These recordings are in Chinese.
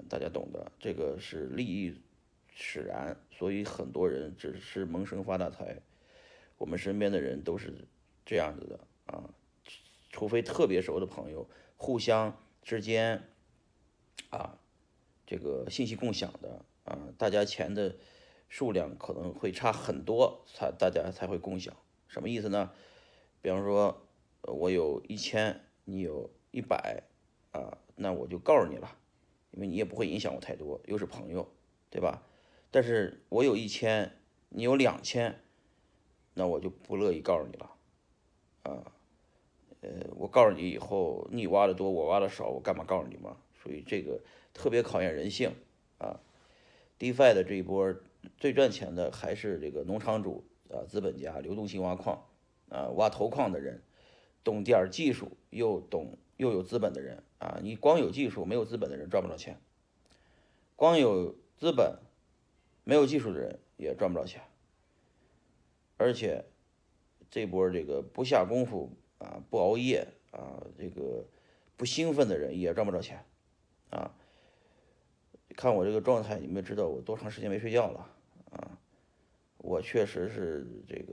大家懂的，这个是利益使然，所以很多人只是闷声发大财。我们身边的人都是这样子的啊，除非特别熟的朋友，互相之间啊这个信息共享的啊，大家钱的数量可能会差很多，大家才会共享。什么意思呢？比方说，我有1000，你有100啊，那我就告诉你了，因为你也不会影响我太多，又是朋友，对吧？但是我有1000，你有2000，那我就不乐意告诉你了。我告诉你以后，你挖的多，我挖的少，我干嘛告诉你嘛？所以这个特别考验人性啊。DeFi 的这一波最赚钱的还是这个农场主啊、资本家、流动性挖矿啊、挖头矿的人，懂点技术又有资本的人啊。你光有技术没有资本的人赚不着钱，光有资本没有技术的人也赚不着钱。而且这波这个不下功夫啊、不熬夜啊、这个不兴奋的人也赚不着钱啊。看我这个状态，你们知道我多长时间没睡觉了啊？我确实是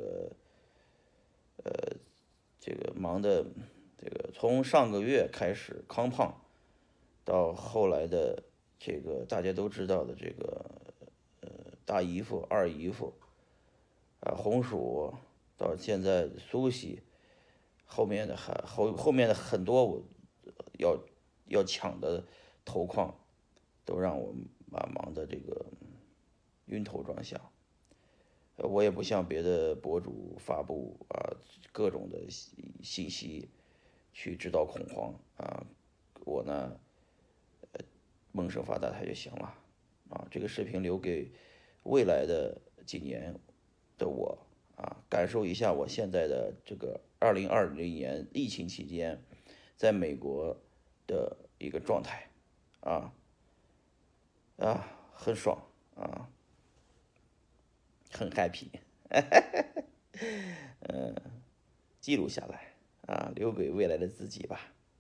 这个忙的，这个从上个月开始康胖，到后来的这个大家都知道的这个大姨夫、二姨夫啊，红薯，到现在苏西，后面的很多我要抢的头矿，都让我忙的这个晕头转向。我也不像别的博主发布啊各种的信息去制造恐慌啊，我呢闷声发大财就行了啊。这个视频留给未来的几年的我啊，感受一下我现在的这个2020年疫情期间在美国的一个状态啊很爽啊，很 happy，记录下来啊，留给未来的自己吧。